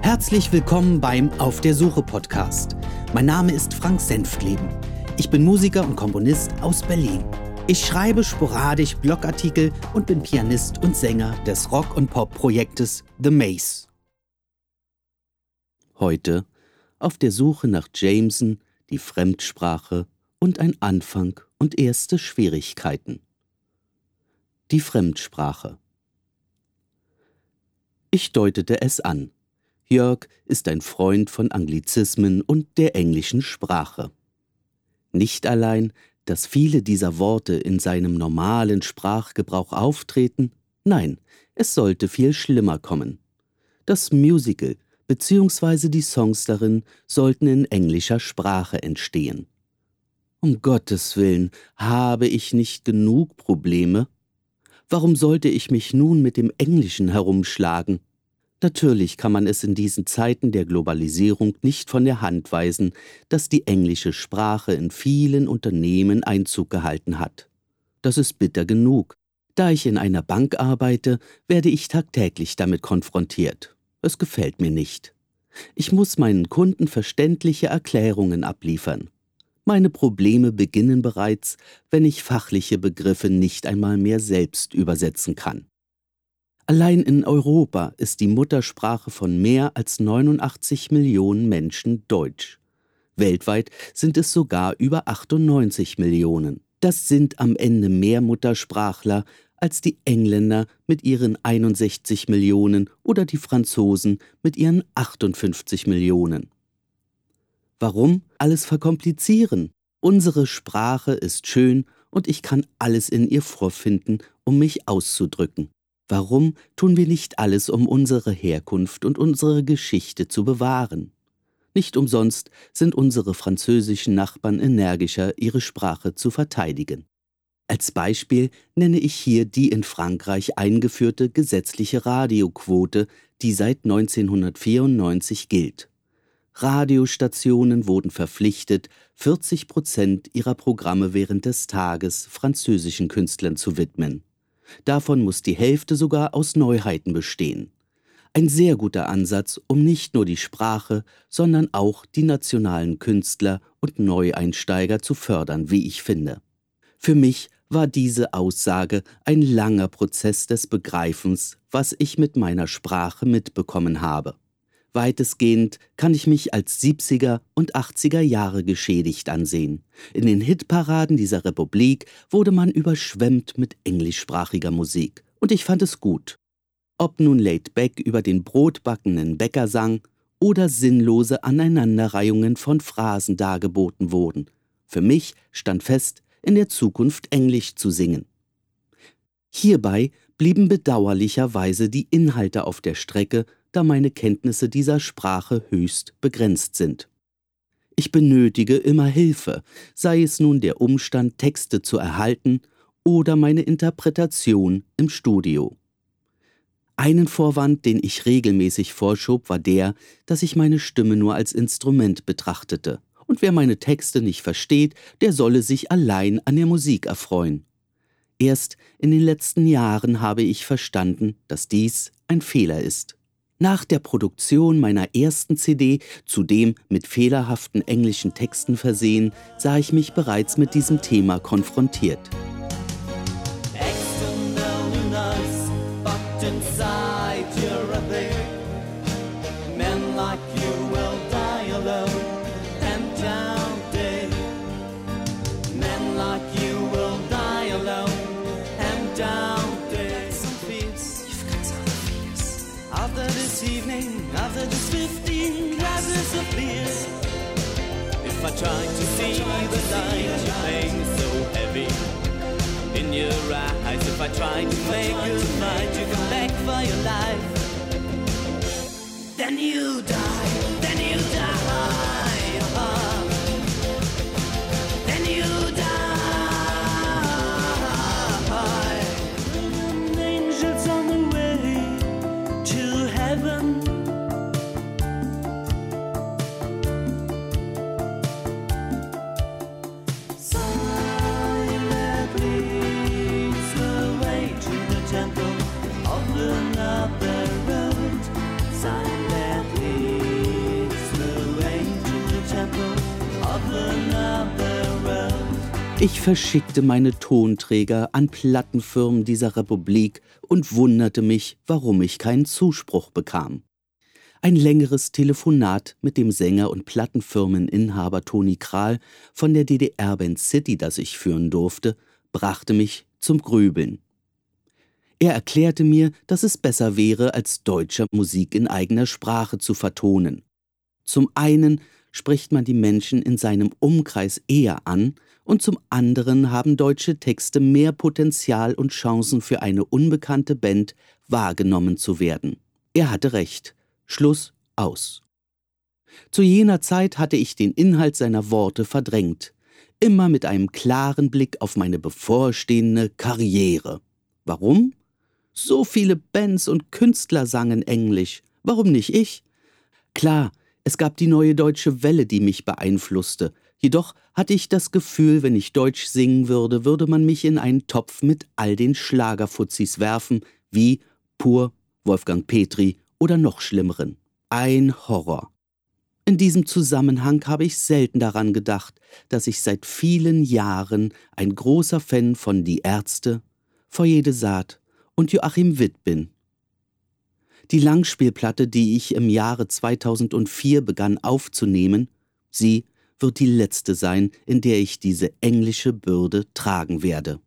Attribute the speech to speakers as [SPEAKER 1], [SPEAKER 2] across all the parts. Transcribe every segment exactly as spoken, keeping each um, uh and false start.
[SPEAKER 1] Herzlich willkommen beim Auf der Suche Podcast. Mein Name ist Frank Senftleben. Ich bin Musiker und Komponist aus Berlin. Ich schreibe sporadisch Blogartikel und bin Pianist und Sänger des Rock- und Pop-Projektes The Maze. Heute auf der Suche nach Jameson, die Fremdsprache und ein Anfang und erste Schwierigkeiten. Die Fremdsprache. Ich deutete es an. Jörg ist ein Freund von Anglizismen und der englischen Sprache. Nicht allein, dass viele dieser Worte in seinem normalen Sprachgebrauch auftreten, nein, es sollte viel schlimmer kommen. Das Musical bzw. die Songs darin sollten in englischer Sprache entstehen. Um Gottes Willen, habe ich nicht genug Probleme? Warum sollte ich mich nun mit dem Englischen herumschlagen? Natürlich kann man es in diesen Zeiten der Globalisierung nicht von der Hand weisen, dass die englische Sprache in vielen Unternehmen Einzug gehalten hat. Das ist bitter genug. Da ich in einer Bank arbeite, werde ich tagtäglich damit konfrontiert. Es gefällt mir nicht. Ich muss meinen Kunden verständliche Erklärungen abliefern. Meine Probleme beginnen bereits, wenn ich fachliche Begriffe nicht einmal mehr selbst übersetzen kann. Allein in Europa ist die Muttersprache von mehr als neunundachtzig Millionen Menschen Deutsch. Weltweit sind es sogar über achtundneunzig Millionen. Das sind am Ende mehr Muttersprachler als die Engländer mit ihren einundsechzig Millionen oder die Franzosen mit ihren achtundfünfzig Millionen. Warum alles verkomplizieren? Unsere Sprache ist schön und ich kann alles in ihr vorfinden, um mich auszudrücken. Warum tun wir nicht alles, um unsere Herkunft und unsere Geschichte zu bewahren? Nicht umsonst sind unsere französischen Nachbarn energischer, ihre Sprache zu verteidigen. Als Beispiel nenne ich hier die in Frankreich eingeführte gesetzliche Radioquote, die seit neunzehnhundertvierundneunzig gilt. Radiostationen wurden verpflichtet, vierzig Prozent ihrer Programme während des Tages französischen Künstlern zu widmen. Davon muss die Hälfte sogar aus Neuheiten bestehen. Ein sehr guter Ansatz, um nicht nur die Sprache, sondern auch die nationalen Künstler und Neueinsteiger zu fördern, wie ich finde. Für mich war diese Aussage ein langer Prozess des Begreifens, was ich mit meiner Sprache mitbekommen habe. Weitestgehend kann ich mich als siebziger und achtziger Jahre geschädigt ansehen. In den Hitparaden dieser Republik wurde man überschwemmt mit englischsprachiger Musik. Und ich fand es gut. Ob nun Laid Back über den brotbackenden Bäcker sang oder sinnlose Aneinanderreihungen von Phrasen dargeboten wurden. Für mich stand fest, in der Zukunft Englisch zu singen. Hierbei blieben bedauerlicherweise die Inhalte auf der Strecke, da meine Kenntnisse dieser Sprache höchst begrenzt sind. Ich benötige immer Hilfe, sei es nun der Umstand, Texte zu erhalten oder meine Interpretation im Studio. Einen Vorwand, den ich regelmäßig vorschob, war der, dass ich meine Stimme nur als Instrument betrachtete. Und wer meine Texte nicht versteht, der solle sich allein an der Musik erfreuen. Erst in den letzten Jahren habe ich verstanden, dass dies ein Fehler ist. Nach der Produktion meiner ersten C D, zudem mit fehlerhaften englischen Texten versehen, sah ich mich bereits mit diesem Thema konfrontiert.
[SPEAKER 2] After this fifteen glasses of beer, if I try to see the light, you hang so heavy in your eyes. If I try to make you fight, you come back for your life. Then you die, then you die, uh-huh. Then you die. And angels on the way to heaven. Temple of another road, silently
[SPEAKER 1] Ich verschickte meine Tonträger an Plattenfirmen dieser Republik und wunderte mich, warum ich keinen Zuspruch bekam. Ein längeres Telefonat mit dem Sänger und Plattenfirmeninhaber Toni Kral von der D D R-Band City, das ich führen durfte, brachte mich zum Grübeln. Er erklärte mir, dass es besser wäre, als Deutscher Musik in eigener Sprache zu vertonen. Zum einen spricht man die Menschen in seinem Umkreis eher an und zum anderen haben deutsche Texte mehr Potenzial und Chancen für eine unbekannte Band wahrgenommen zu werden. Er hatte recht. Schluss, aus. Zu jener Zeit hatte ich den Inhalt seiner Worte verdrängt, immer mit einem klaren Blick auf meine bevorstehende Karriere. Warum? So viele Bands und Künstler sangen Englisch. Warum nicht ich? Klar, es gab die neue deutsche Welle, die mich beeinflusste. Jedoch hatte ich das Gefühl, wenn ich Deutsch singen würde, würde man mich in einen Topf mit all den Schlagerfuzis werfen, wie Pur, Wolfgang Petri oder noch schlimmeren. Ein Horror. In diesem Zusammenhang habe ich selten daran gedacht, dass ich seit vielen Jahren ein großer Fan von Die Ärzte, Foyer de Saat und Joachim Witt bin. Die Langspielplatte, die ich im Jahre zweitausendvier begann aufzunehmen, sie wird die letzte sein, in der ich diese englische Bürde tragen werde.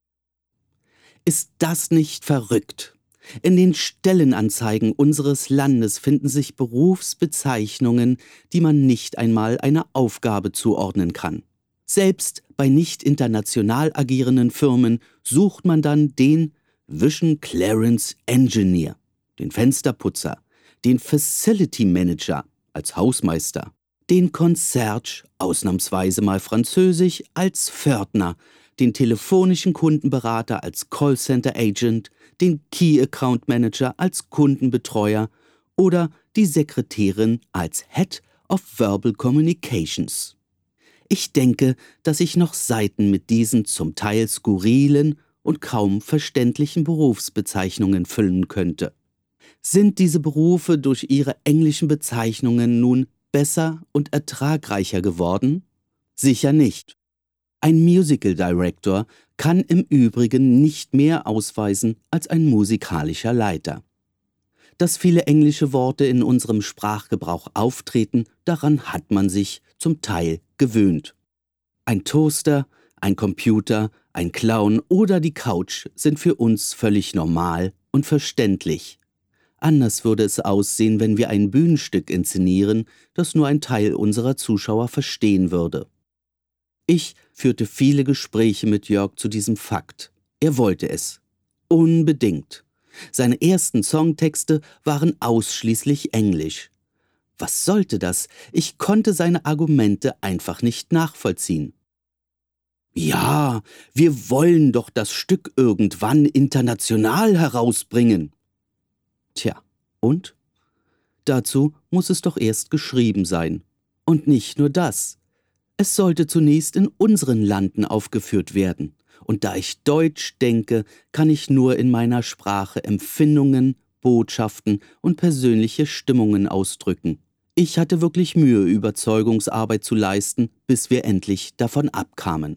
[SPEAKER 1] Ist das nicht verrückt? In den Stellenanzeigen unseres Landes finden sich Berufsbezeichnungen, die man nicht einmal einer Aufgabe zuordnen kann. Selbst bei nicht international agierenden Firmen sucht man dann den Vision Clearance Engineer, den Fensterputzer, den Facility Manager als Hausmeister, den Concierge, ausnahmsweise mal französisch, als Pförtner, den telefonischen Kundenberater als Callcenter Agent, den Key Account Manager als Kundenbetreuer oder die Sekretärin als Head of Verbal Communications. Ich denke, dass ich noch Seiten mit diesen zum Teil skurrilen und kaum verständlichen Berufsbezeichnungen füllen könnte. Sind diese Berufe durch ihre englischen Bezeichnungen nun besser und ertragreicher geworden? Sicher nicht. Ein Musical Director kann im Übrigen nicht mehr ausweisen als ein musikalischer Leiter. Dass viele englische Worte in unserem Sprachgebrauch auftreten, daran hat man sich zum Teil gewöhnt. Ein Toaster, ein Computer, ein Clown oder die Couch sind für uns völlig normal und verständlich. Anders würde es aussehen, wenn wir ein Bühnenstück inszenieren, das nur ein Teil unserer Zuschauer verstehen würde. Ich führte viele Gespräche mit Jörg zu diesem Fakt. Er wollte es. Unbedingt. Seine ersten Songtexte waren ausschließlich Englisch. Was sollte das? Ich konnte seine Argumente einfach nicht nachvollziehen. Ja, wir wollen doch das Stück irgendwann international herausbringen. Tja, und? Dazu muss es doch erst geschrieben sein. Und nicht nur das. Es sollte zunächst in unseren Landen aufgeführt werden. Und da ich Deutsch denke, kann ich nur in meiner Sprache Empfindungen, Botschaften und persönliche Stimmungen ausdrücken. Ich hatte wirklich Mühe, Überzeugungsarbeit zu leisten, bis wir endlich davon abkamen.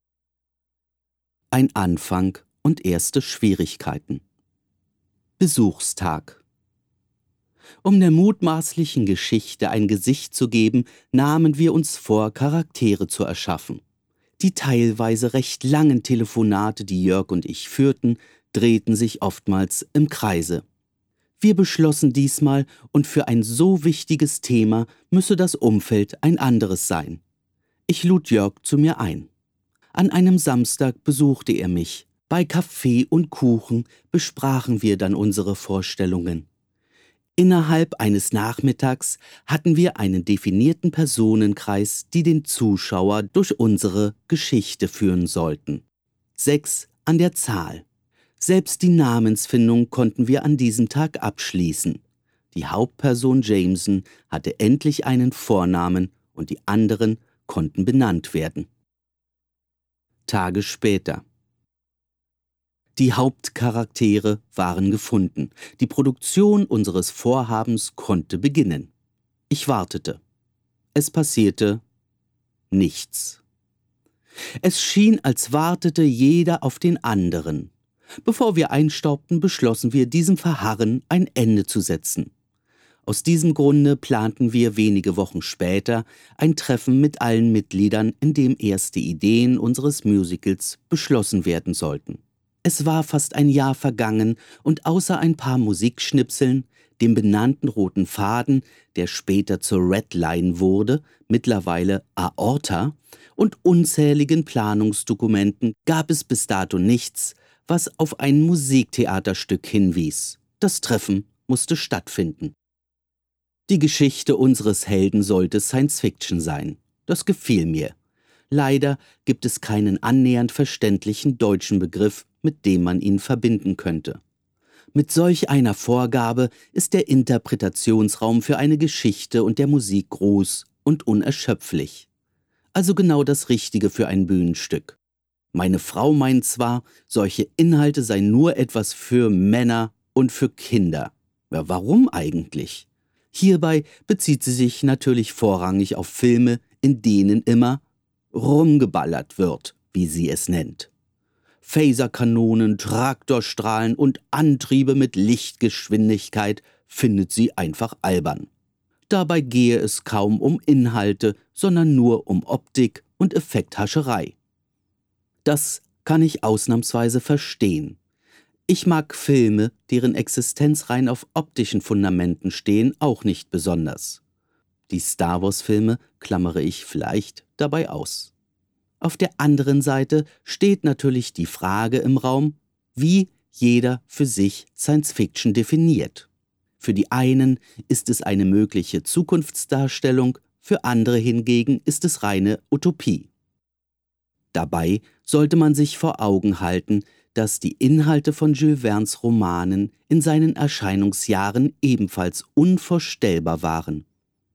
[SPEAKER 1] Ein Anfang und erste Schwierigkeiten. Besuchstag. Um der mutmaßlichen Geschichte ein Gesicht zu geben, nahmen wir uns vor, Charaktere zu erschaffen. Die teilweise recht langen Telefonate, die Jörg und ich führten, drehten sich oftmals im Kreise. Wir beschlossen diesmal, und für ein so wichtiges Thema müsse das Umfeld ein anderes sein. Ich lud Jörg zu mir ein. An einem Samstag besuchte er mich. Bei Kaffee und Kuchen besprachen wir dann unsere Vorstellungen. Innerhalb eines Nachmittags hatten wir einen definierten Personenkreis, die den Zuschauer durch unsere Geschichte führen sollten. Sechs an der Zahl. Selbst die Namensfindung konnten wir an diesem Tag abschließen. Die Hauptperson Jameson hatte endlich einen Vornamen und die anderen konnten benannt werden. Tage später. Die Hauptcharaktere waren gefunden. Die Produktion unseres Vorhabens konnte beginnen. Ich wartete. Es passierte nichts. Es schien, als wartete jeder auf den anderen. Bevor wir einstaubten, beschlossen wir, diesem Verharren ein Ende zu setzen. Aus diesem Grunde planten wir wenige Wochen später ein Treffen mit allen Mitgliedern, in dem erste Ideen unseres Musicals beschlossen werden sollten. Es war fast ein Jahr vergangen und außer ein paar Musikschnipseln, dem benannten roten Faden, der später zur Red Line wurde, mittlerweile Aorta, und unzähligen Planungsdokumenten gab es bis dato nichts, was auf ein Musiktheaterstück hinwies. Das Treffen musste stattfinden. Die Geschichte unseres Helden sollte Science-Fiction sein. Das gefiel mir. Leider gibt es keinen annähernd verständlichen deutschen Begriff, mit dem man ihn verbinden könnte. Mit solch einer Vorgabe ist der Interpretationsraum für eine Geschichte und der Musik groß und unerschöpflich. Also genau das Richtige für ein Bühnenstück. Meine Frau meint zwar, solche Inhalte seien nur etwas für Männer und für Kinder. Ja, warum eigentlich? Hierbei bezieht sie sich natürlich vorrangig auf Filme, in denen immer rumgeballert wird, wie sie es nennt. Phaserkanonen, Traktorstrahlen und Antriebe mit Lichtgeschwindigkeit findet sie einfach albern. Dabei gehe es kaum um Inhalte, sondern nur um Optik und Effekthascherei. Das kann ich ausnahmsweise verstehen. Ich mag Filme, deren Existenz rein auf optischen Fundamenten stehen, auch nicht besonders. Die Star-Wars-Filme klammere ich vielleicht dabei aus. Auf der anderen Seite steht natürlich die Frage im Raum, wie jeder für sich Science-Fiction definiert. Für die einen ist es eine mögliche Zukunftsdarstellung, für andere hingegen ist es reine Utopie. Dabei sollte man sich vor Augen halten, dass die Inhalte von Jules Vernes Romanen in seinen Erscheinungsjahren ebenfalls unvorstellbar waren.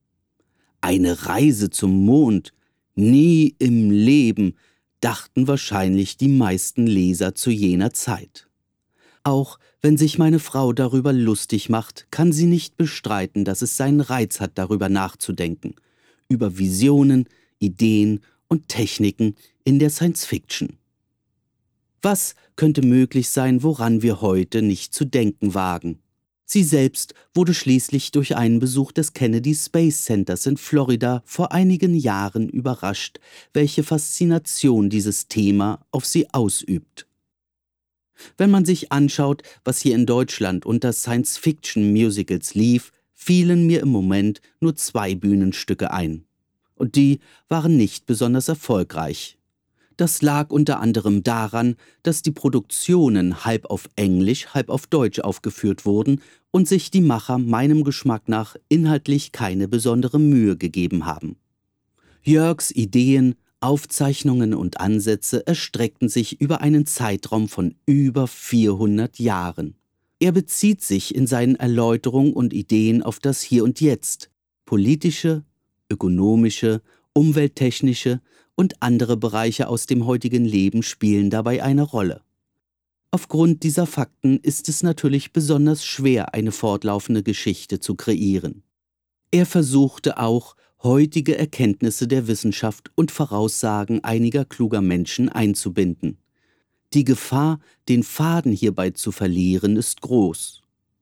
[SPEAKER 1] Eine Reise zum Mond, nie im Leben, dachten wahrscheinlich die meisten Leser zu jener Zeit. Auch wenn sich meine Frau darüber lustig macht, kann sie nicht bestreiten, dass es seinen Reiz hat, darüber nachzudenken, über Visionen, Ideen und Techniken in der Science-Fiction. Was könnte möglich sein, woran wir heute nicht zu denken wagen? Sie selbst wurde schließlich durch einen Besuch des Kennedy Space Centers in Florida vor einigen Jahren überrascht, welche Faszination dieses Thema auf sie ausübt. Wenn man sich anschaut, was hier in Deutschland unter Science-Fiction-Musicals lief, fielen mir im Moment nur zwei Bühnenstücke ein. Und die waren nicht besonders erfolgreich. Das lag unter anderem daran, dass die Produktionen halb auf Englisch, halb auf Deutsch aufgeführt wurden und sich die Macher meinem Geschmack nach inhaltlich keine besondere Mühe gegeben haben. Jörgs Ideen, Aufzeichnungen und Ansätze erstreckten sich über einen Zeitraum von über vierhundert Jahren. Er bezieht sich in seinen Erläuterungen und Ideen auf das Hier und Jetzt, politische, ökonomische, umwelttechnische und andere Bereiche aus dem heutigen Leben spielen dabei eine Rolle. Aufgrund dieser Fakten ist es natürlich besonders schwer, eine fortlaufende Geschichte zu kreieren. Er versuchte auch, heutige Erkenntnisse der Wissenschaft und Voraussagen einiger kluger Menschen einzubinden. Die Gefahr, den Faden hierbei zu verlieren, ist groß.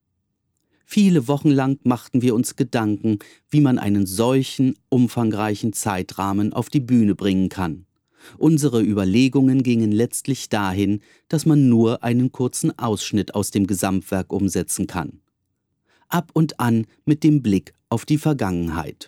[SPEAKER 1] Viele Wochen lang machten wir uns Gedanken, wie man einen solchen umfangreichen Zeitrahmen auf die Bühne bringen kann. Unsere Überlegungen gingen letztlich dahin, dass man nur einen kurzen Ausschnitt aus dem Gesamtwerk umsetzen kann. Ab und an mit dem Blick auf die Vergangenheit.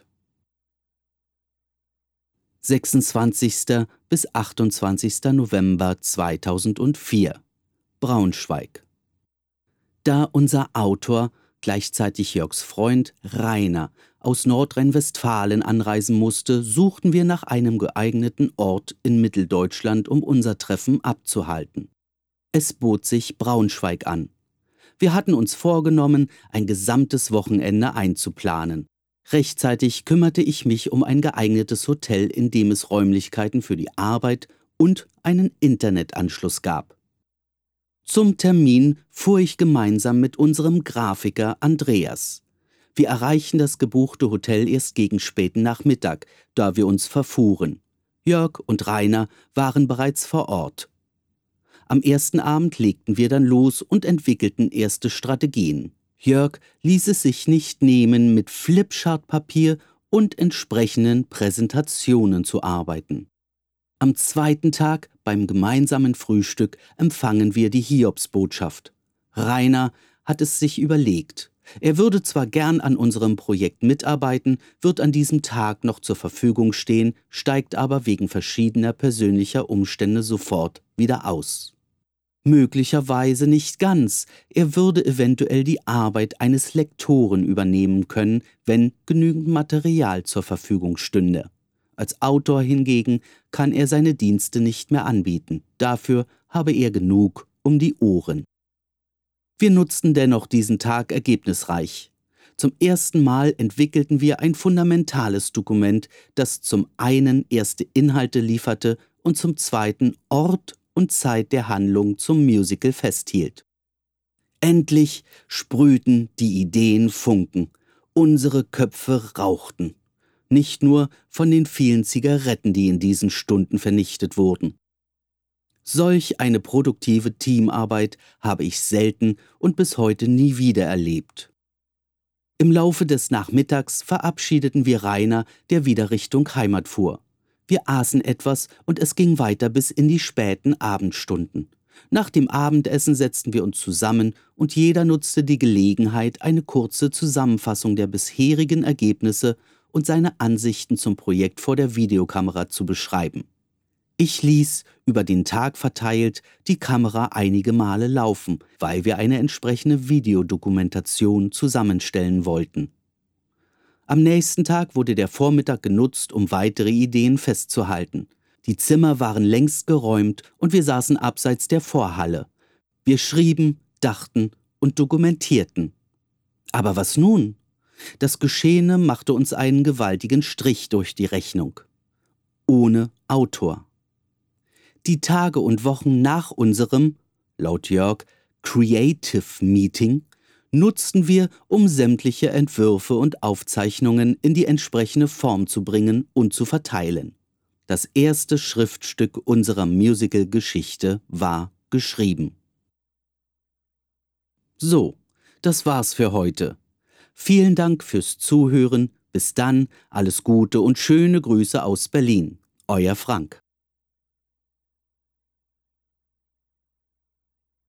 [SPEAKER 1] sechsundzwanzigster bis achtundzwanzigster November zweitausendvier, Braunschweig. Da unser Autor, gleichzeitig Jörgs Freund, Rainer, aus Nordrhein-Westfalen anreisen musste, suchten wir nach einem geeigneten Ort in Mitteldeutschland, um unser Treffen abzuhalten. Es bot sich Braunschweig an. Wir hatten uns vorgenommen, ein gesamtes Wochenende einzuplanen. Rechtzeitig kümmerte ich mich um ein geeignetes Hotel, in dem es Räumlichkeiten für die Arbeit und einen Internetanschluss gab. Zum Termin fuhr ich gemeinsam mit unserem Grafiker Andreas. Wir erreichten das gebuchte Hotel erst gegen späten Nachmittag, da wir uns verfuhren. Jörg und Rainer waren bereits vor Ort. Am ersten Abend legten wir dann los und entwickelten erste Strategien. Jörg ließ es sich nicht nehmen, mit Flipchart-Papier und entsprechenden Präsentationen zu arbeiten. Am zweiten Tag beim gemeinsamen Frühstück empfangen wir die Hiobsbotschaft. Rainer hat es sich überlegt. Er würde zwar gern an unserem Projekt mitarbeiten, wird an diesem Tag noch zur Verfügung stehen, steigt aber wegen verschiedener persönlicher Umstände sofort wieder aus. Möglicherweise nicht ganz. Er würde eventuell die Arbeit eines Lektoren übernehmen können, wenn genügend Material zur Verfügung stünde. Als Autor hingegen kann er seine Dienste nicht mehr anbieten. Dafür habe er genug um die Ohren. Wir nutzten dennoch diesen Tag ergebnisreich. Zum ersten Mal entwickelten wir ein fundamentales Dokument, das zum einen erste Inhalte lieferte und zum zweiten Ort und Zeit der Handlung zum Musical festhielt. Endlich sprühten die Ideen Funken. Unsere Köpfe rauchten. Nicht nur von den vielen Zigaretten, die in diesen Stunden vernichtet wurden. Solch eine produktive Teamarbeit habe ich selten und bis heute nie wieder erlebt. Im Laufe des Nachmittags verabschiedeten wir Rainer, der wieder Richtung Heimat fuhr. Wir aßen etwas und es ging weiter bis in die späten Abendstunden. Nach dem Abendessen setzten wir uns zusammen und jeder nutzte die Gelegenheit, eine kurze Zusammenfassung der bisherigen Ergebnisse und seine Ansichten zum Projekt vor der Videokamera zu beschreiben. Ich ließ, über den Tag verteilt, die Kamera einige Male laufen, weil wir eine entsprechende Videodokumentation zusammenstellen wollten. Am nächsten Tag wurde der Vormittag genutzt, um weitere Ideen festzuhalten. Die Zimmer waren längst geräumt und wir saßen abseits der Vorhalle. Wir schrieben, dachten und dokumentierten. Aber was nun? Das Geschehene machte uns einen gewaltigen Strich durch die Rechnung. Ohne Autor. Die Tage und Wochen nach unserem, laut Jörg, Creative Meeting nutzten wir, um sämtliche Entwürfe und Aufzeichnungen in die entsprechende Form zu bringen und zu verteilen. Das erste Schriftstück unserer Musical-Geschichte war geschrieben. So, das war's für heute. Vielen Dank fürs Zuhören. Bis dann, alles Gute und schöne Grüße aus Berlin. Euer Frank.